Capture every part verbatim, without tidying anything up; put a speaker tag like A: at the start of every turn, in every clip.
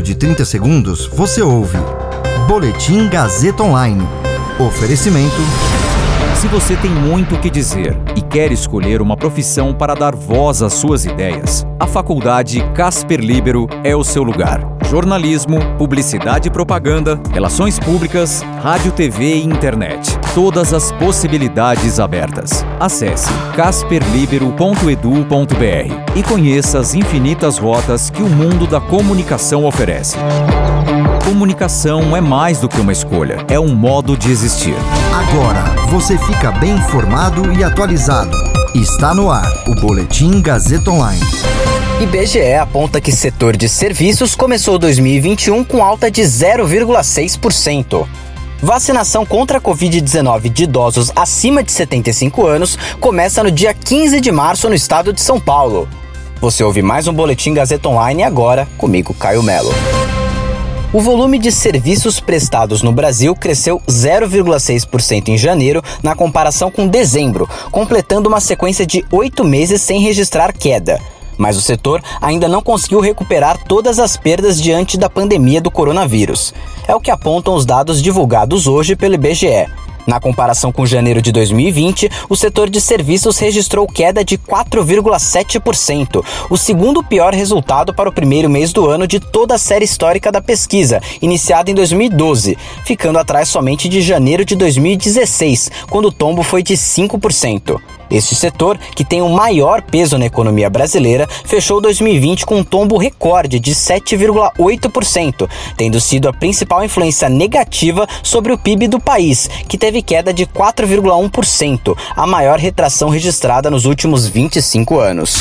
A: de trinta segundos, você ouve Boletim Gazeta Online. Oferecimento...
B: Se você tem muito o que dizer e quer escolher uma profissão para dar voz às suas ideias, a Faculdade Casper Líbero é o seu lugar. Jornalismo, publicidade e propaganda, relações públicas, rádio, T V e internet. Todas as possibilidades abertas. Acesse casper libero ponto edu ponto br e conheça as infinitas rotas que o mundo da comunicação oferece. Comunicação é mais do que uma escolha, é um modo de existir.
A: Agora você fica bem informado e atualizado. Está no ar o Boletim Gazeta Online.
C: I B G E aponta que setor de serviços começou dois mil e vinte e um com alta de zero vírgula seis por cento. Vacinação contra a covid dezenove de idosos acima de setenta e cinco anos começa no dia quinze de março no estado de São Paulo. Você ouve mais um Boletim Gazeta Online agora, comigo, Caio Melo. O volume de serviços prestados no Brasil cresceu zero vírgula seis por cento em janeiro na comparação com dezembro, completando uma sequência de oito meses sem registrar queda. Mas o setor ainda não conseguiu recuperar todas as perdas diante da pandemia do coronavírus. É o que apontam os dados divulgados hoje pelo I B G E. Na comparação com janeiro de dois mil e vinte, o setor de serviços registrou queda de quatro vírgula sete por cento, o segundo pior resultado para o primeiro mês do ano de toda a série histórica da pesquisa, iniciada em dois mil e doze, ficando atrás somente de janeiro de dois mil e dezesseis, quando o tombo foi de cinco por cento. Este setor, que tem o maior peso na economia brasileira, fechou dois mil e vinte com um tombo recorde de sete vírgula oito por cento, tendo sido a principal influência negativa sobre o P I B do país, que teve queda de quatro vírgula um por cento, a maior retração registrada nos últimos vinte e cinco anos.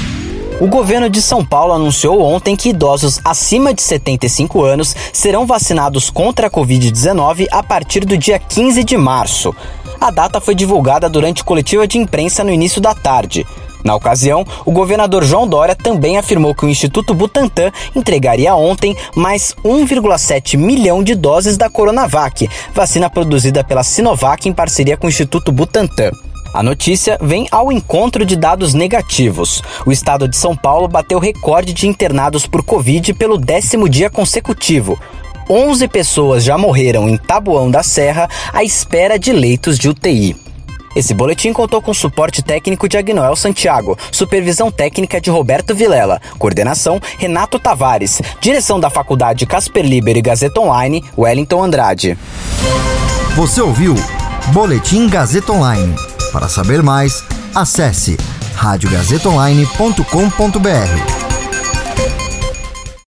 C: O governo de São Paulo anunciou ontem que idosos acima de setenta e cinco anos serão vacinados contra a covid dezenove a partir do dia quinze de março. A data foi divulgada durante coletiva de imprensa no início da tarde. Na ocasião, o governador João Dória também afirmou que o Instituto Butantan entregaria ontem mais um vírgula sete milhão de doses da Coronavac, vacina produzida pela Sinovac em parceria com o Instituto Butantan. A notícia vem ao encontro de dados negativos. O estado de São Paulo bateu recorde de internados por Covid pelo décimo dia consecutivo. onze pessoas já morreram em Taboão da Serra à espera de leitos de U T I. Esse boletim contou com suporte técnico de Agnoel Santiago, supervisão técnica de Roberto Vilela, coordenação Renato Tavares, direção da Faculdade Casper Líbero e Gazeta Online, Wellington Andrade.
A: Você ouviu Boletim Gazeta Online. Para saber mais, acesse rádio gazeta online ponto com ponto br.